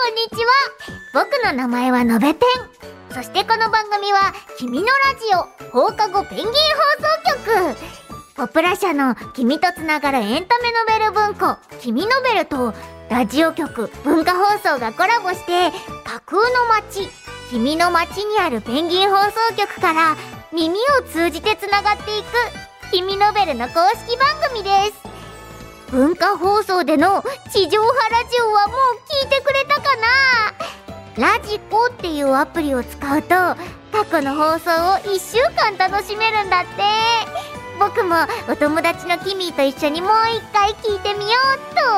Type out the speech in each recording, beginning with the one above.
んにちは。僕の名前はのべペン。そしてこの番組は君のラジオ放課後ペンギン放送局、ポプラ社の君とつながるエンタメノベル文庫君ノベルとラジオ局文化放送がコラボして架空の街君の街にあるペンギン放送局から耳を通じてつながっていく君ノベルの公式番組です。文化放送での地上波ラジオはもう聞いてくれたかな。ラジコっていうアプリを使うと過去の放送を1週間楽しめるんだって。僕もお友達のキミーと一緒にもう一回聞いてみようっと。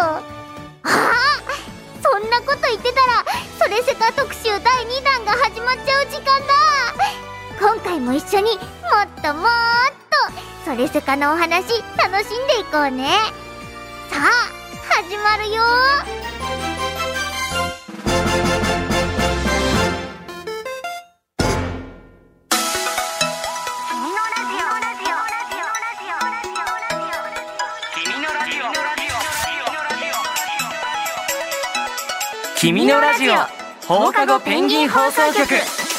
そんなこと言ってたらそれせか特集第2弾が始まっちゃう時間だ。今回も一緒にもっともっとそれせかのお話楽しんでいこうね。さあ始まるよ。 君のラジオ放課後ペンギン放送局。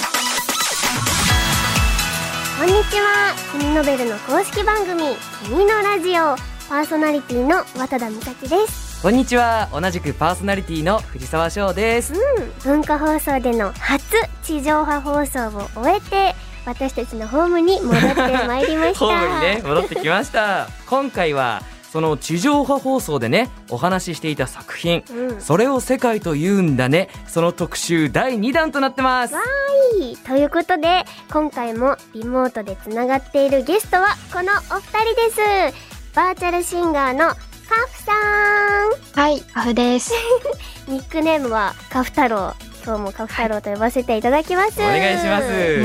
こんにちは。君ノベルの公式番組君のラジオパーソナリティの渡田美咲です。 こんにちは。同じくパーソナリティの藤沢翔です。 文化放送での初地上波放送を終えて私たちのホームに戻ってまいりましたホームにね戻ってきました今回はその地上波放送でねお話ししていた作品、それを世界と言うんだね、その特集第2弾となってます。 わーい。ということで今回もリモートでつながっているゲストはこのお二人です。バーチャルシンガーのカフさん。 はい、カフです。 ニックネームはカフ太郎。今日もカフ太郎と呼ばせていただきます。 お願いします。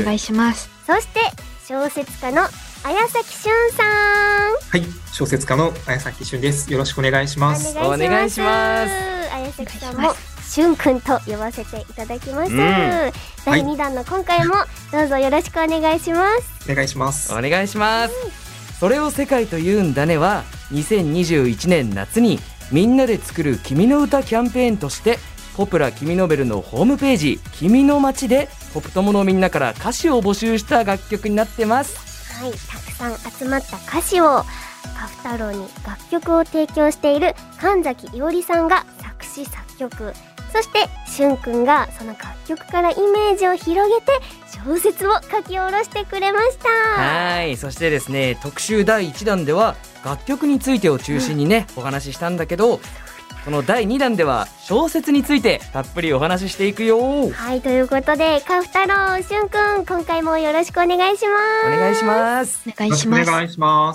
お願いします。 そして小説家の綾崎俊さん。 はい、小説家の綾崎俊です。よろしくお願いします。 お願いします。 綾崎さんも俊くんと呼ばせていただきます。第2弾の今回もどうぞよろしくお願いします。 お願いします。 お願いします。それを世界と言うんだねは2021年夏にみんなで作る君の歌キャンペーンとしてポプラ君ノベルのホームページ君の街でポプ友のみんなから歌詞を募集した楽曲になってます。 はい、たくさん集まった歌詞をカフ太郎に楽曲を提供している神崎伊織さんが作詞作曲、そしてしゅんくんがその楽曲からイメージを広げて小説を書き下ろしてくれました。 はい、そしてですね特集第1弾では楽曲についてを中心にね、お話ししたんだけど、その第2弾では小説についてたっぷりお話ししていくよ。 はい、ということでカフ太郎、しゅんくん今回もよろしくお願いします。 お願いします。 お願いします。 お願いします。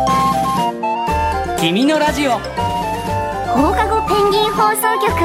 君のラジオ放課後ペンギン放送局。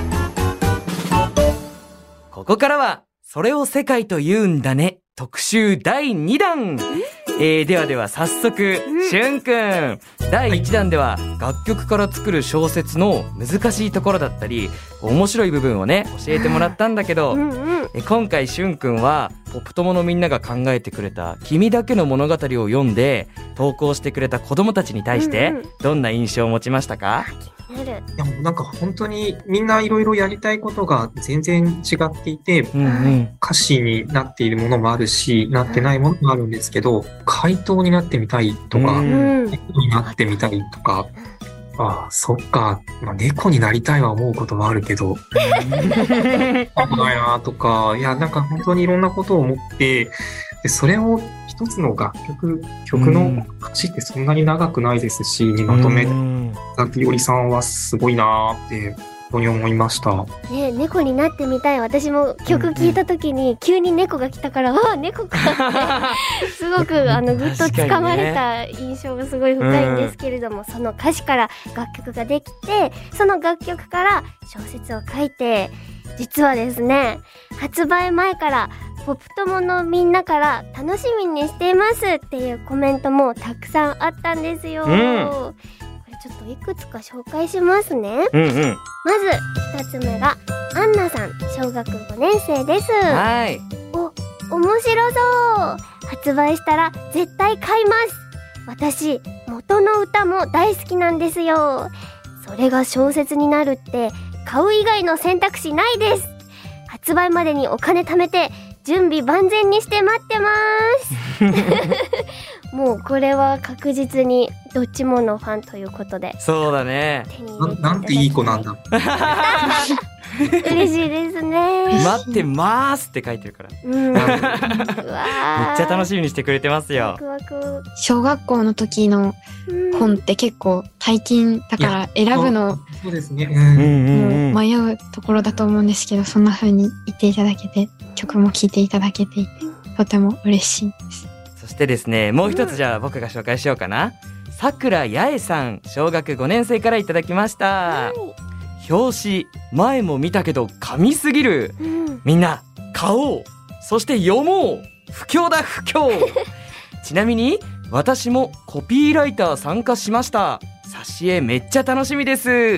ここからはそれを世界と言うんだね特集第2弾。では早速、しゅんくん第1弾では楽曲から作る小説の難しいところだったり面白い部分をね教えてもらったんだけど、今回しゅんくんはポプ友のみんなが考えてくれた君だけの物語を読んで投稿してくれた子供たちに対してどんな印象を持ちましたか？ いやもうなんか本当にみんないろいろやりたいことが全然違っていて、歌詞になっているものもあるしなってないものもあるんですけど、怪盗になってみたいとか、猫になってみたいとか、ああそっか、猫になりたいは思うこともあるけどないなとか、いやなんか本当にいろんなことを思って、でそれを一つの曲の歌詞ってそんなに長くないですし、にまとめ崎よりさんはすごいなーって本当に思いました。 ね、猫になってみたい。私も曲聴いた時に急に猫が来たから、あ、猫かってすごくぐっとつかまれた印象がすごい深いんですけれども、その歌詞から楽曲ができて、その楽曲から小説を書いて、実はですね発売前からポプ友のみんなから楽しみにしていますっていうコメントもたくさんあったんですよ。これちょっといくつか紹介しますね。まず1つ目がアンナさん、小学5年生です。 はい。 面白そう。発売したら絶対買います。私元の歌も大好きなんですよ。それが小説になるって買う以外の選択肢ないです。発売までにお金貯めて準備万全にして待ってますもうこれは確実にどっちものファンということでそうだね。 手に入れていただきたなんていい子なんだ。 嬉しいですね。 待ってますって書いてるから。 うん、うわーめっちゃ楽しみにしてくれてますよワ。クワク、 小学校の時のうん本って結構大金だから選ぶのそうですね。 うんもう迷うところだと思うんですけど、そんな風に言っていただけて、曲も聴いていただけていて、とても嬉しいです。 そしてですね、もう一つじゃあ僕が紹介しようかな。さくらやえさん、小学5年生からいただきました。表紙、前も見たけど神すぎる。 うんみんな、買おう。そして読もう。不況だ不況。ちなみに、私もコピーライター参加しました。挿絵めっちゃ楽しみです。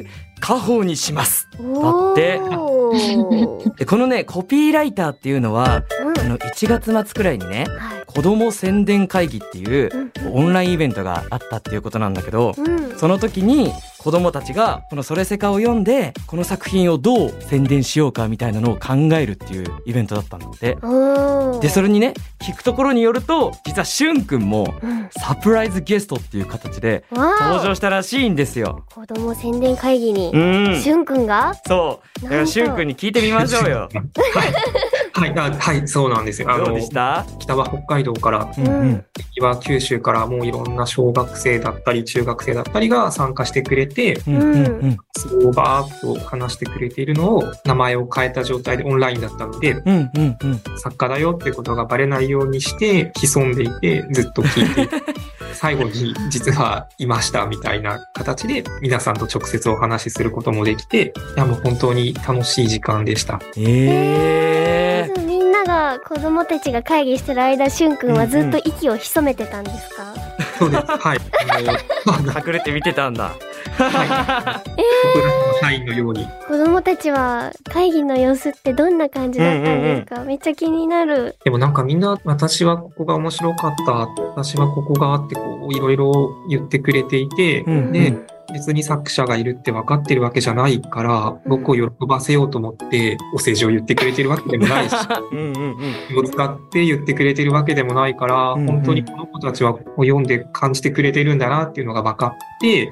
家宝にします。 おってーでこのね、コピーライターっていうのは、 うん 1月末くらいにね、 はい子ども宣伝会議っていうオンラインイベントがあったっていうことなんだけど、 うんその時に子どもたちがこのそれせかを読んで、この作品をどう宣伝しようかみたいなのを考えるっていうイベントだったんだって。 おーで、それにね、聞くところによると、実はしゅんくんもうんサプライズゲストっていう形でわー登場したらしいんですよ。 子供宣伝会議にうんし。ゅんくんがそう。だからしゅんくんに聞いてみましょうよ。 はい、はい、そうなんですよ。 どうでした？ 北は北海道から、 うん右は九州からもういろんな小学生だったり中学生だったりが参加してくれて、そうバーッと話してくれているのを名前を変えた状態でオンラインだったので、作家だよってことがバレないようにして潜んでいてずっと聞いていて最後に実はいましたみたいな形で皆さんと直接お話しすることもできて、いやもう本当に楽しい時間でした。 みんなが子供たちが会議してる間、しゅんくんはずっと息を潜めてたんですか？ そうです。はい。 隠れて見てたんだ。 僕らの社員のように。 子供たちは会議の様子ってどんな感じだったんですか？めっちゃ気になる。 でもなんかみんな私はここが面白かった、私はここがあってこういろいろ言ってくれていて、で、別に作者がいるって分かってるわけじゃないから、僕を喜ばせようと思ってお世辞を言ってくれてるわけでもないし、気を使って言ってくれてるわけでもないから、本当にこの子たちはここを読んで感じてくれてるんだなっていうのが分かって、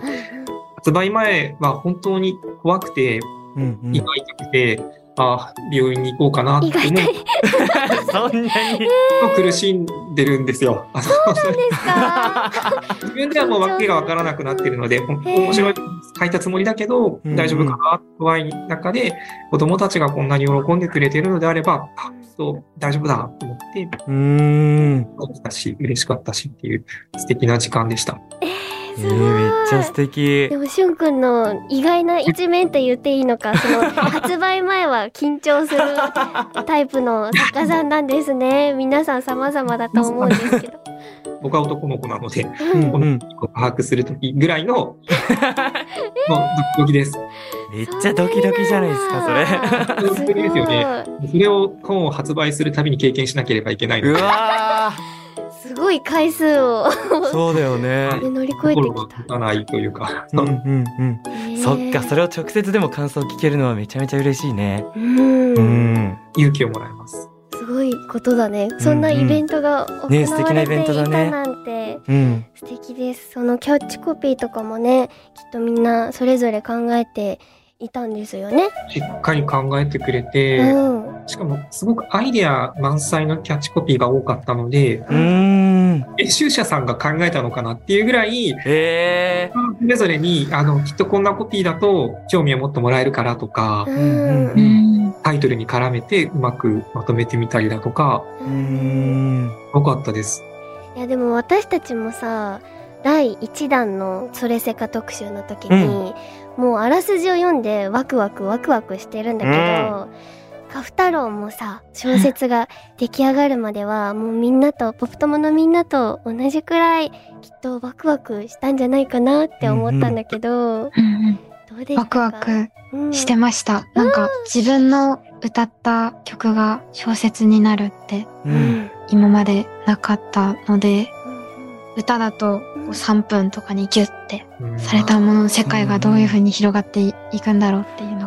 発売前は本当に怖くて、胃が痛くて、病院に行こうかなって思う。 そんなに苦しんでるんですよ。 そうなんですか？ 自分ではもう訳がわからなくなってるので、面白い書いたつもりだけど、大丈夫かな怖い中で、子供たちがこんなに喜んでくれてるのであれば、そう大丈夫だと思って、来たし、嬉しかったしっていう素敵な時間でした。 すごい。 めっちゃ素敵で。もしゅんくんの意外な一面と言っていいのか、その発売前は緊張するタイプの作家さんなんですね。皆さん様々だと思うんですけど。 僕は男の子なので、 うんこの子を把握するときぐらいの、もうドキドキです。 めっちゃドキドキじゃないですか、それ。 ドキドキですよね。それを本を発売するたびに経験しなければいけないのうで。 わすごい回数をー、そうだよね。 乗り越えて心がき持たないというか。 そた。 っか、それを直接でも感想を聞けるのはめちゃめちゃ嬉しいね。 うん勇気をもらいます。 すごいことだね。そんなイベントが行わね素敵なれていたイベントだねなんてうん。 素敵です。そのキャッチコピーとかもね、きっとみんなそれぞれ考えていたんですよね。 しっかり考えてくれて、 うん。 しかもすごくアイデア満載のキャッチコピーが多かったので、 編集者さんが考えたのかなっていうぐらい、それぞれにきっとこんなコピーだと興味を持ってもらえるからとか、タイトルに絡めてうまくまとめてみたりだとか、よかったです。 いやでも私たちもさ、第1弾のそれせか特集の時に、もうあらすじを読んでワクワクしてるんだけど、カフ太郎もさ、小説が出来上がるまではもうみんなと、ポップ友のみんなと同じくらいきっとワクワクしたんじゃないかなって思ったんだけど、どうでしたか？ ワクワクしてました。なんか自分の歌った曲が小説になるって今までなかったので、歌だと3分とかにギュッてされたものの世界がどういう風に広がっていくんだろうっていうのが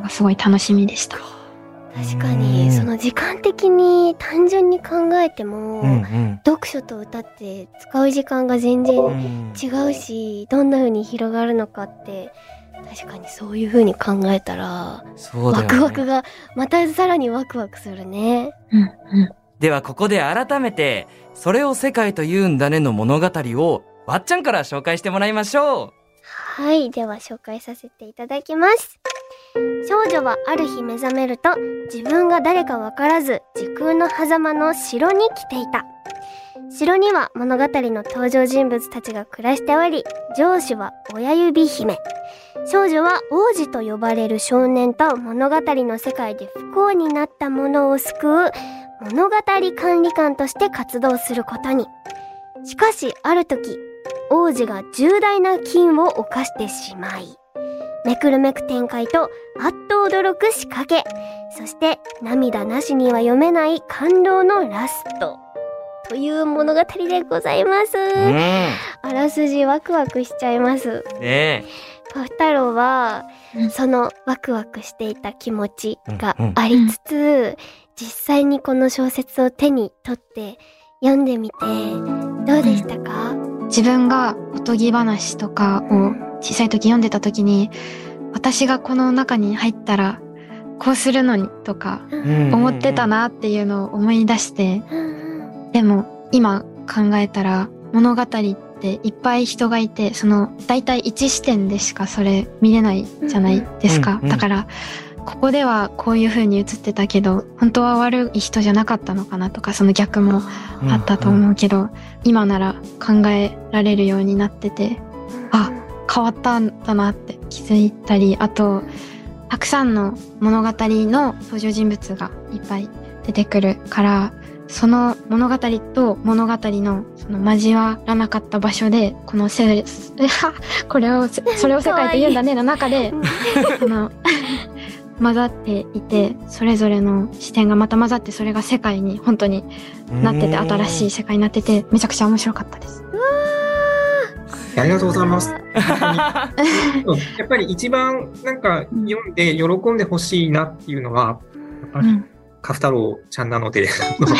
のがすごい楽しみでした。 確かにその時間的に単純に考えても、読書と歌って使う時間が全然違うし、どんな風に広がるのかって確かにそういう風に考えたら、ワクワクがまたさらにワクワクするね。 ではここで改めてそれを世界と言うんだねの物語をわっちゃんから紹介してもらいましょう。 はい、では紹介させていただきます。少女はある日目覚めると、自分が誰かわからず時空の狭間の城に来ていた。城には物語の登場人物たちが暮らしており、城主は親指姫、少女は王子と呼ばれる少年と物語の世界で不幸になった者を救う物語管理官として活動することに。しかしある時、王子が重大な禁を犯してしまい、めくるめく展開とあっと驚く仕掛け、そして涙なしには読めない感動のラストという物語でございます。あらすじワクワクしちゃいますね。カフ太郎はそのワクワクしていた気持ちがありつつ、実際にこの小説を手に取って読んでみてどうでしたか？ 自分がおとぎ話とかを小さい時読んでた時に、私がこの中に入ったらこうするのにとか思ってたなっていうのを思い出して、でも今考えたら物語っていっぱい人がいて、その大体一視点でしかそれ見れないじゃないですか。だからここではこういう風に映ってたけど本当は悪い人じゃなかったのかなとか、その逆もあったと思うけど、今なら考えられるようになってて、あ、変わったんだなって気づいたり、あとたくさんの物語の登場人物がいっぱい出てくるから、その物語と物語のその交わらなかった場所で、このそれを世界と言うんだねの中でその混ざっていて、それぞれの視点がまた混ざって、それが世界に本当になってて、新しい世界になってて、めちゃくちゃ面白かったです。 ありがとうございます。やっぱり一番なんか読んで喜んでほしいなっていうのは、やっぱりカフ太郎ちゃんなので、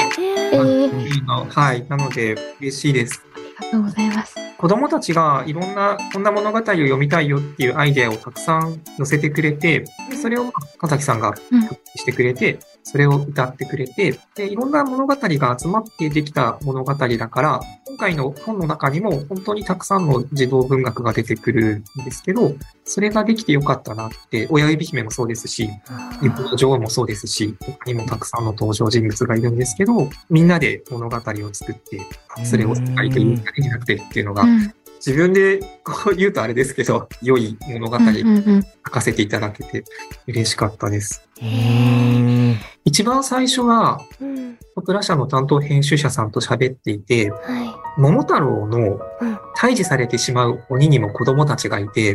はい、なので嬉しいです。 ありがとうございます。 子供たちがいろんなこんな物語を読みたいよっていうアイデアをたくさん載せてくれて、それを神崎さんがしてくれて、それを歌ってくれて、で、いろんな物語が集まってできた物語だから、今回の本の中にも本当にたくさんの児童文学が出てくるんですけど、それができてよかったなって、親指姫もそうですし、雪の女王もそうですし、他にもたくさんの登場人物がいるんですけど、みんなで物語を作って、それを世界という世界になってるっていうのが、自分でこう言うとあれですけど、良い物語を書かせていただけて嬉しかったです。一番最初は、ポプラ社の担当編集者さんと喋っていて、桃太郎の退治されてしまう鬼にも子供たちがいて、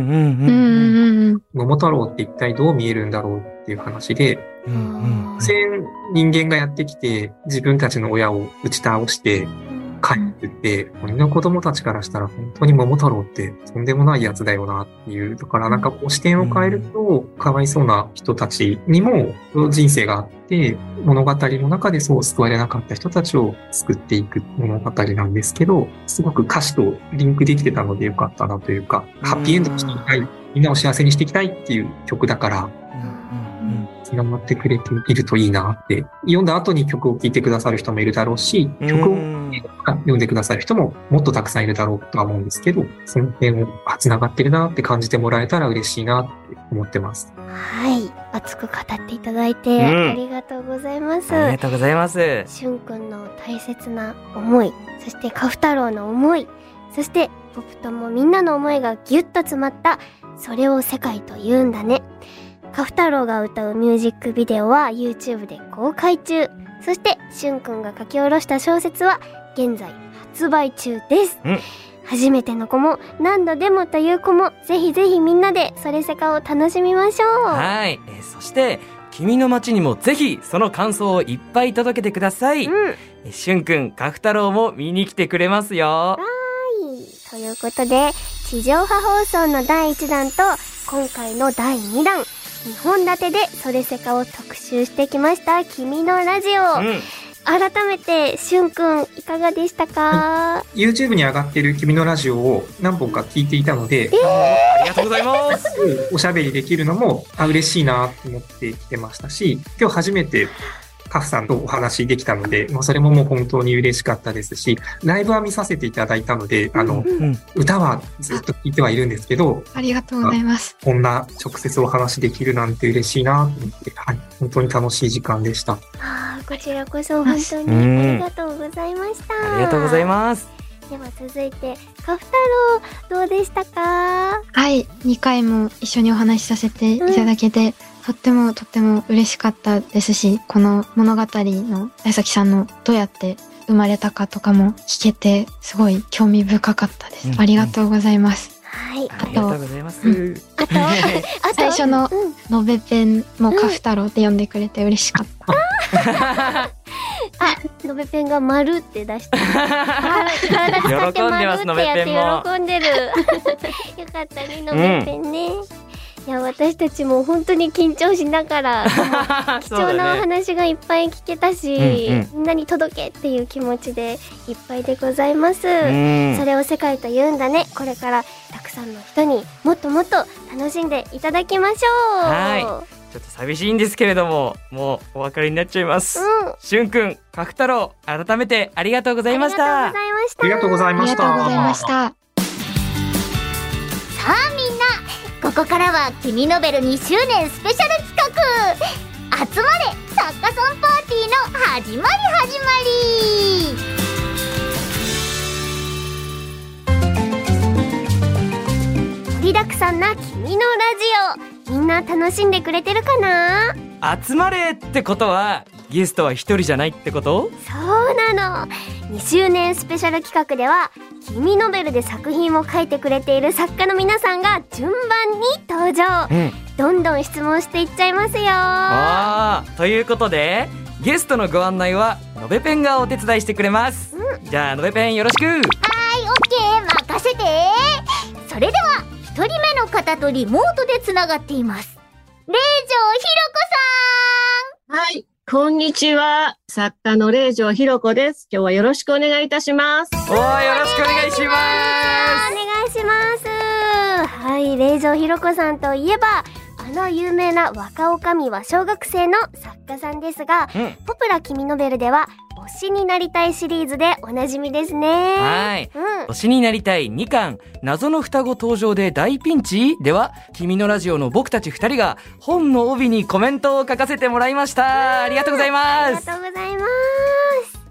桃太郎って一体どう見えるんだろうっていう話で、突然人間がやってきて自分たちの親を打ち倒して帰ってって、鬼の子供たちからしたら本当に桃太郎ってとんでもないやつだよなっていう、だからなんかこう視点を変えると、かわいそうな人たちにも人生があって、物語の中でそう救われなかった人たちを救っていく物語なんですけど、すごく歌詞とリンクできてたのでよかったなというか、ハッピーエンドにしていきたい、みんなを幸せにしていきたいっていう曲だから、繋がってくれているといいなって、読んだ後に曲を聴いてくださる人もいるだろうし、曲を読んでくださる人ももっとたくさんいるだろうとは思うんですけど、その点を繋がってるなって感じてもらえたら嬉しいなって思ってます。 はい、熱く語っていただいてありがとうございます。 ありがとうございます。 しゅんくんの大切な思い、そしてカフ太郎の思い、そして僕ともみんなの思いがギュッと詰まったそれを世界と言うんだね。カフ太郎が歌うミュージックビデオは YouTube で公開中。そしてしゅんくんが書き下ろした小説は現在発売中です。初めての子も何度でもという子もぜひぜひみんなでそれせかを楽しみましょう。 はい、そして君の街にもぜひその感想をいっぱい届けてください。しゅんくん、カフ太郎も見に来てくれますよ。 はい、ということで地上波放送の第1弾と今回の第2弾 2本立てでそれせかを特集してきました君のラジオ、改めてしゅんくんいかがでしたか？ YouTube に上がっている君のラジオを何本か聞いていたので、 ありがとうございます。 おしゃべりできるのも嬉しいなと思ってきてましたし、今日初めてカフさんとお話できたので、それももう本当に嬉しかったですし、ライブは見させていただいたので、歌はずっと聴いてはいるんですけど、 ありがとうございます。 こんな直接お話できるなんて嬉しいなと思って、はい、本当に楽しい時間でした。 こちらこそ本当にありがとうございました。 ありがとうございます。 では続いてカフ太郎どうでしたか？ はい、2回も一緒にお話しさせていただけて、とっても嬉しかったですし、この物語の大崎さんのどうやって生まれたかとかも聞けて、すごい興味深かったです。ありがとうございます。 はい、 ありがとうございます。 あと最初ののべペンもカフ太郎って呼んでくれて嬉しかった。 のべペンが丸って出した。体使って丸ってやって喜んでる。よかったね、のべペンね。いや、私たちも本当に緊張しながら貴重なお話がいっぱい聞けたし、みんなに届けっていう気持ちでいっぱいでございます。それを世界と言うんだね。これからたくさんの人にもっともっと楽しんでいただきましょう。 はい、ちょっと寂しいんですけれども、もうお別れになっちゃいます。しゅんくん、カフ太郎、改めてありがとうございました。 ありがとうございました。 ありがとうございました。 さあみんな、ここからは君ノベル2周年スペシャル企画、集まれ作家さんパーティーの始まり。盛りだくさんな君のラジオ、みんな楽しんでくれてるかな？ 集まれってことはゲストは一人じゃないってこと？ そうなの。2周年スペシャル企画では君ノベルで作品を書いてくれている作家の皆さんが順番に登場、どんどん質問していっちゃいますよ。 ということでゲストのご案内はのべペンがお手伝いしてくれます。じゃあのべペンよろしく。 はい、オッケー、任せて。それでは1人目の方とリモートでつながっています。令嬢ひろこさん。 はい、こんにちは。作家の令嬢ひろこです。今日はよろしくお願いいたします。 よろしくお願いします。 お願いします。はい、令嬢ひろこさんといえば有名な若女将は小学生の作家さんですが、ポプラ君ノベルでは推しになりたいシリーズでおなじみですね。 はい、推しになりたい2巻謎の双子登場で大ピンチでは、君のラジオの僕たち2人が本の帯にコメントを書かせてもらいました。ありがとうございます。 ありがとうございます。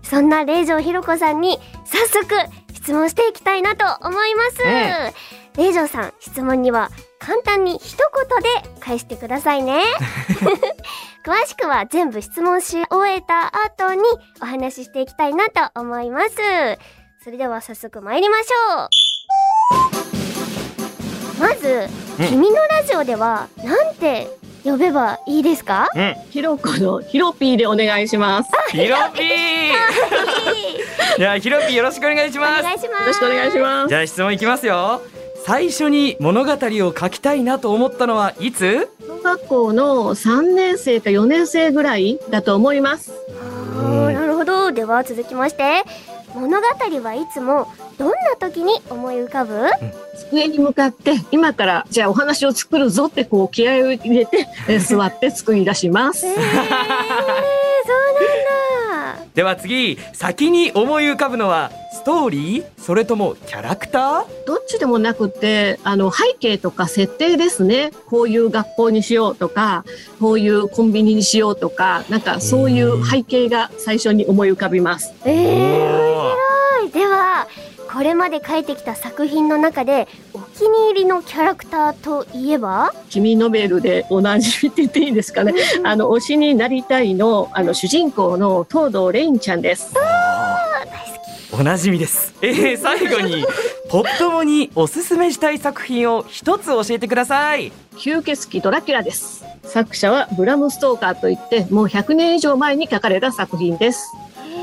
そんな令嬢ひろこさんに早速質問していきたいなと思います。令嬢さん、質問には簡単に一言で返してくださいね。詳しくは全部質問し終えた後にお話ししていきたいなと思います。それでは早速参りましょう。まず、君のラジオではなんて呼べばいいですか？ ひろこのひろぴーでお願いします。 ひろぴーじゃあひろぴーよろしくお願いします。 よろしくお願いします。 じゃあ質問いきますよ。最初に物語を書きたいなと思ったのはいつ？ 小学校の3年生か4年生ぐらいだと思います。 なるほど。では続きまして、物語はいつもどんな時に思い浮かぶ？ 机に向かって今からじゃあお話を作るぞってこう気合を入れて座って作り出します。 そうなんだ。 では次、先に思い浮かぶのはストーリー、それともキャラクター？ どっちでもなくて背景とか設定ですね。こういう学校にしようとか、こういうコンビニにしようとか、なんかそういう背景が最初に思い浮かびます。 面白い。ではこれまで書いてきた作品の中でお気に入りのキャラクターといえば？君ノベルでおなじみって言っていいですかね。推しになりたいの主人公の東堂レインちゃんです。 大好き。 おなじみです。最後にポップ友におすすめしたい作品を一つ教えてください。 吸血鬼ドラキュラです。作者はブラム・ストーカーといってもう100年以上前に書かれた作品です。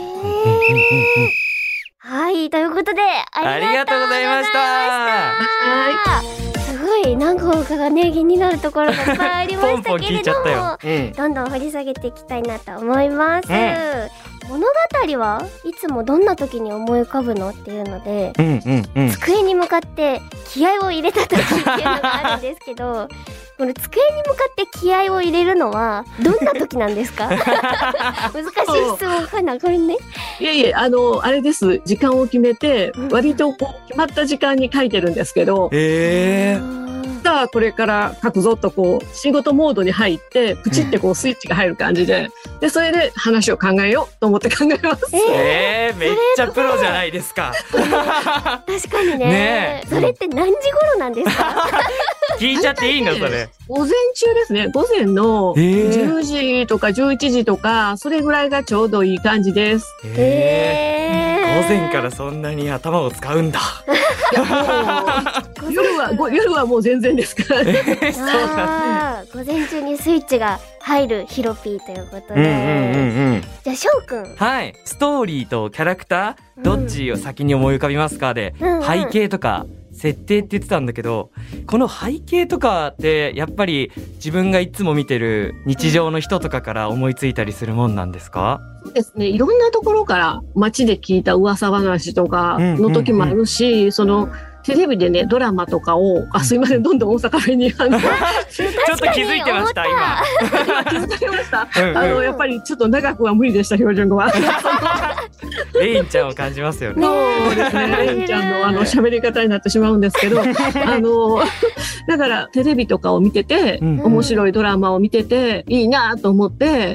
はい、ということでありがとうございました。 はい。 すごいなんかそうかね、気になるところがいっぱいありましたけれどもうんどんどん掘り下げていきたいなと思います、物語はいつもどんな時に思い浮かぶのっていうので、机に向かって気合を入れた時っていうのがあるんですけどこの机に向かって気合を入れるのはどんな時なんですか？難しい質問かなこれね。 いえいえ、あれです。時間を決めて、割とこう、決まった時間に書いてるんですけど、さあ、これから書くぞとこう、仕事モードに入って、プチってこう、スイッチが入る感じで、で、それで話を考えようと思って考えます。 めっちゃプロじゃないですか。 確かにね。それって何時頃なんですか？ 聞いちゃっていいのそれ。 午前中ですね。午前の10時とか11時とか、それぐらいがちょうどいい感じです。 午前からそんなに頭を使うんだ。 夜はもう全然ですからね。 午前中にスイッチが入るヒロピーということで、じゃあ翔くん、 はい、ストーリーとキャラクターどっちを先に思い浮かびますかで、背景とか設定って言ってたんだけど、この背景とかってやっぱり自分がいつも見てる日常の人とかから思いついたりするもんなんですか？ そうですね。いろんなところから街で聞いた噂話とかの時もあるし、そのテレビでね、ドラマとかを、すいません、どんどん大阪弁にちょっと気づいてました、今。 気づきました。やっぱりちょっと長くは無理でした、標準語は。 レインちゃんを感じますよね。 そうですね。レインちゃんの喋り方になってしまうんですけど、だからテレビとかを見てて、面白いドラマを見てて、いいなと思って、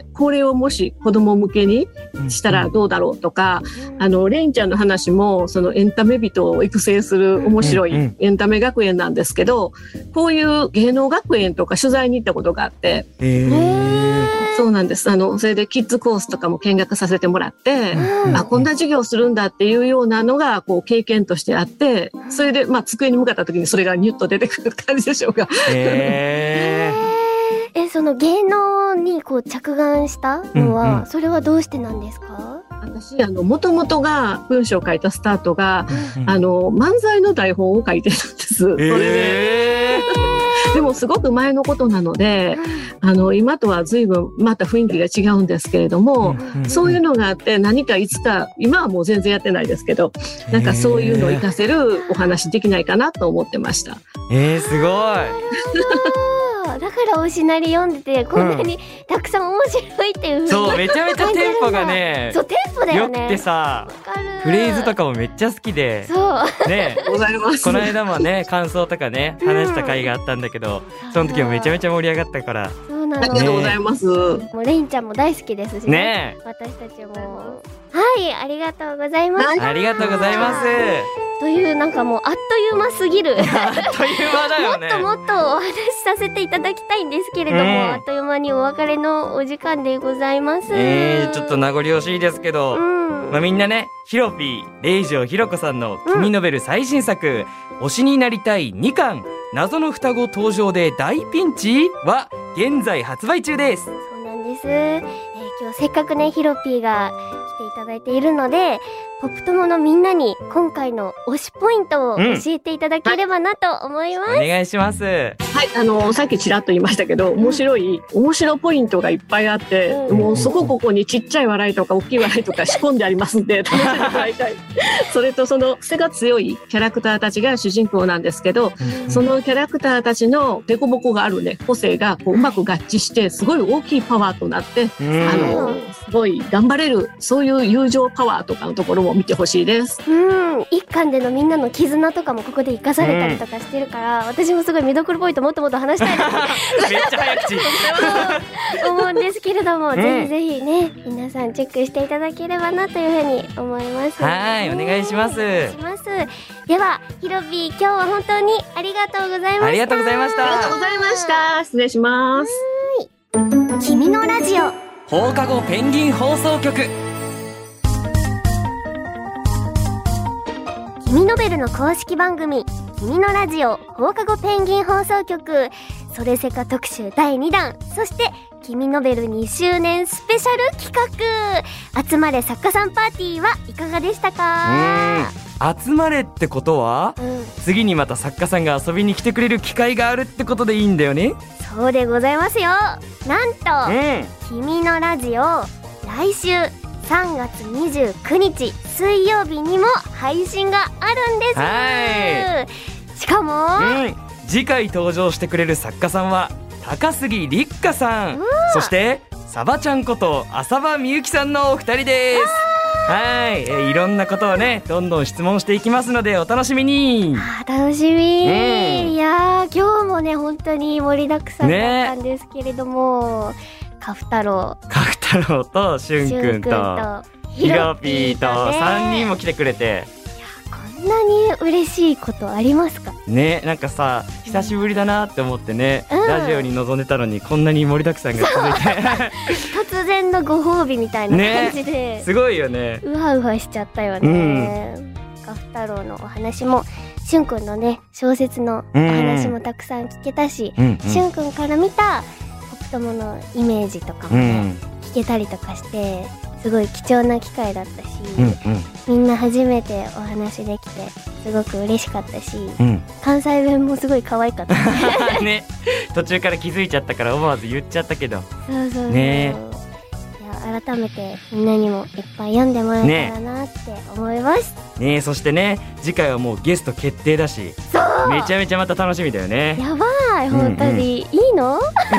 これをもし子供向けにしたらどうだろうとか、レインちゃんの話も、そのエンタメ人を育成する面白いエンタメ学園なんですけど、こういう芸能学園とか取材に行ったことがあって、そうなんです。それでキッズコースとかも見学させてもらって、こんな授業するんだっていうようなのが、こう、経験としてあって、それで、机に向かった時にそれがニュッと出てくる感じでしょうか。 その芸能にこう着眼したのは、それはどうしてなんですか？ 私、もともとが文章を書いたスタートが、漫才の台本を書いてたんです。それで。でもすごく前のことなので、今とは随分また雰囲気が違うんですけれども、そういうのがあって何かいつか、今はもう全然やってないですけど、なんかそういうのを活かせるお話できないかなと思ってました。 すごい。 だからおしなり読んでてこんなにたくさん面白いっていう風に、 そうめちゃめちゃテンポがね、 そうテンポだよね。 よくてさ、フレーズとかもめっちゃ好きで、 そうね、 ございます。 この間もね感想とかね話した回があったんだけど、その時もめちゃめちゃ盛り上がったから。 そうなの。 ありがとうございます。 もうレインちゃんも大好きですしね。 私たちもはいありがとうございます。 ありがとうございます。 というなんかもうあっという間すぎる。 あっという間だよね。 もっとお話しさせていただきたいんですけれども、あっという間にお別れのお時間でございます。 ちょっと名残惜しいですけど、みんなね、ヒロピー、レイジョヒロコさんの君ノベル最新作、推しになりたい2巻、謎の双子登場で大ピンチは現在発売中です。 そうなんです。今日せっかくね、ヒロピーが来ていただいているので、ポップ友のみんなに今回の推しポイントを教えていただければなと思います。 お願いします。 はい、さっきちらっと言いましたけど、面白ポイントがいっぱいあって、もうそこにちっちゃい笑いとか大きい笑いとか仕込んでありますんで、楽しんでもらいたい。それとその癖が強いキャラクターたちが主人公なんですけど、そのキャラクターたちのデコボコがあるね、個性がこううまく合致して、すごい大きいパワーとなって、すごい頑張れる、そういう友情パワーとかのところも見てほしいです。 一巻でのみんなの絆とかもここで生かされたりとかしてるから、私もすごい見どころポイントもっともっと話したいなめっちゃ早口思うんですけれども、ぜひぜひね皆さんチェックしていただければなというふうに思います。 はい、お願いします。 ではヒロピー、今日は本当にありがとうございました。 ありがとうございました。 ありがとうございました。失礼します。 君のラジオ放課後ペンギン放送局。 君ノベルの公式番組君のラジオ放課後ペンギン放送局それせか特集第2弾、そして君ノベル2周年スペシャル企画集まれ作家さんパーティーはいかがでしたか？ 集まれってことは、次にまた作家さんが遊びに来てくれる機会があるってことでいいんだよね。 そうでございますよ。なんと、君のラジオ来週3月29日水曜日にも配信があるんです。しかも、 次回登場してくれる作家さんは高杉立花さん、そしてサバちゃんこと浅場みゆきさんのお二人です。いろんなことをねどんどん質問していきますのでお楽しみに。 楽しみ、いやー今日もね本当に盛りだくさんだったんですけれども、カフ太郎としゅんくんとひろぴーと3人も来てくれて、 こんなに嬉しいことありますかね。 なんかさ久しぶりだなって思ってね、ラジオに臨んでたのにこんなに盛りだくさんが続いて突然のご褒美みたいな感じで、 すごいよね。 うわうわしちゃったよね。カフ太郎のお話もしゅんくんのね小説のお話もたくさん聞けたし、しゅんくんから見たポプトモのイメージとかもね、聞けたりとかしてすごい貴重な機会だったし、みんな初めてお話できてすごく嬉しかったし、関西弁もすごい可愛かったね。途中から気づいちゃったから思わず言っちゃったけど、 そうね。いや改めてみんなにもいっぱい読んでもらえたらなって思いますね。そしてね次回はもうゲスト決定だし、めちゃめちゃまた楽しみだよね。 やばい本当に、いいの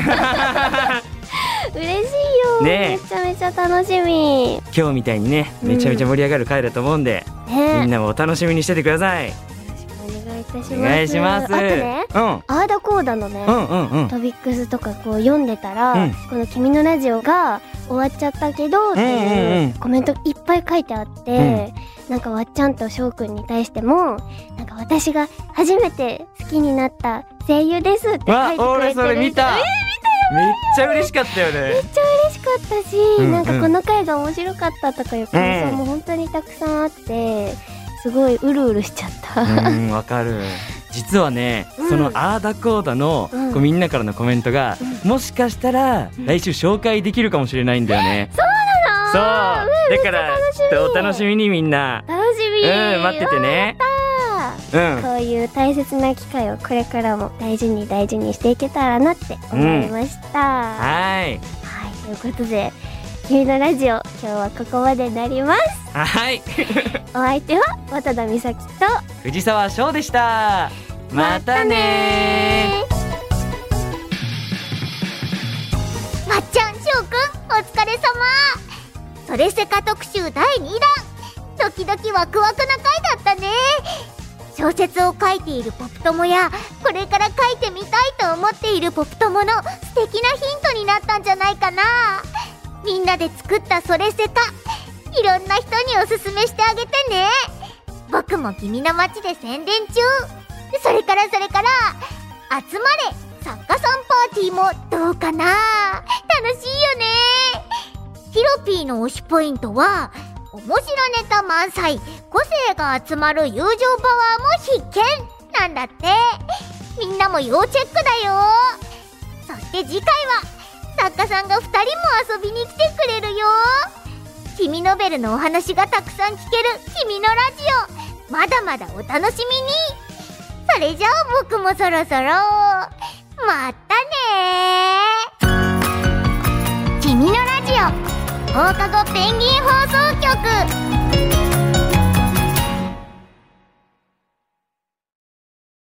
嬉しいよ、めちゃめちゃ楽しみ。 今日みたいにねめちゃめちゃ盛り上がる回だと思うんで、みんなもお楽しみにしててください。 お願いします。あとね、あーだこーだのね、トピックスとかこう読んでたら、この君のラジオが終わっちゃったけどっていうコメントいっぱい書いてあって、なんかわっちゃんとしょうくんに対してもなんか私が初めて好きになった声優ですって書いてくれてる。 俺それ見た。めっちゃ嬉しかったよね。 めっちゃ嬉しかったし、なんかこの回が面白かったとかいう感想も本当にたくさんあって、すごいうるうるしちゃった。 わかる。実はね、そのあーだこーだの、こうみんなからのコメントが、もしかしたら来週紹介できるかもしれないんだよね。 そうなの？ そうだからちょっとお楽しみにみんな。 楽しみ。 待っててね。 こういう大切な機会をこれからも大事に大事にしていけたらなって思いました。はい、ということで君のラジオ今日はここまでになります。お相手は渡田美咲と藤沢翔でした。またねまっちゃん、しょうくんお疲れ様。それせか特集第2弾、ドキドキワクワクな回だったね。小説を書いているポプトモやこれから書いてみたいと思っているポプトモの素敵なヒントになったんじゃないかな。みんなで作ったそれせか、いろんな人におすすめしてあげてね。僕も君の街で宣伝中。それから集まれ作家さんパーティーもどうかな。楽しいよね。ヒロピーの推しポイントは面白ネタ満載、個性が集まる友情パワーも必見なんだって。みんなも要チェックだよ。そして次回は作家さんが2人も遊びに来てくれるよ。君ノベルのお話がたくさん聞ける君のラジオ、まだまだお楽しみに。それじゃあ僕もそろそろまたねー。君のラジオ放課後ペンギン放送局。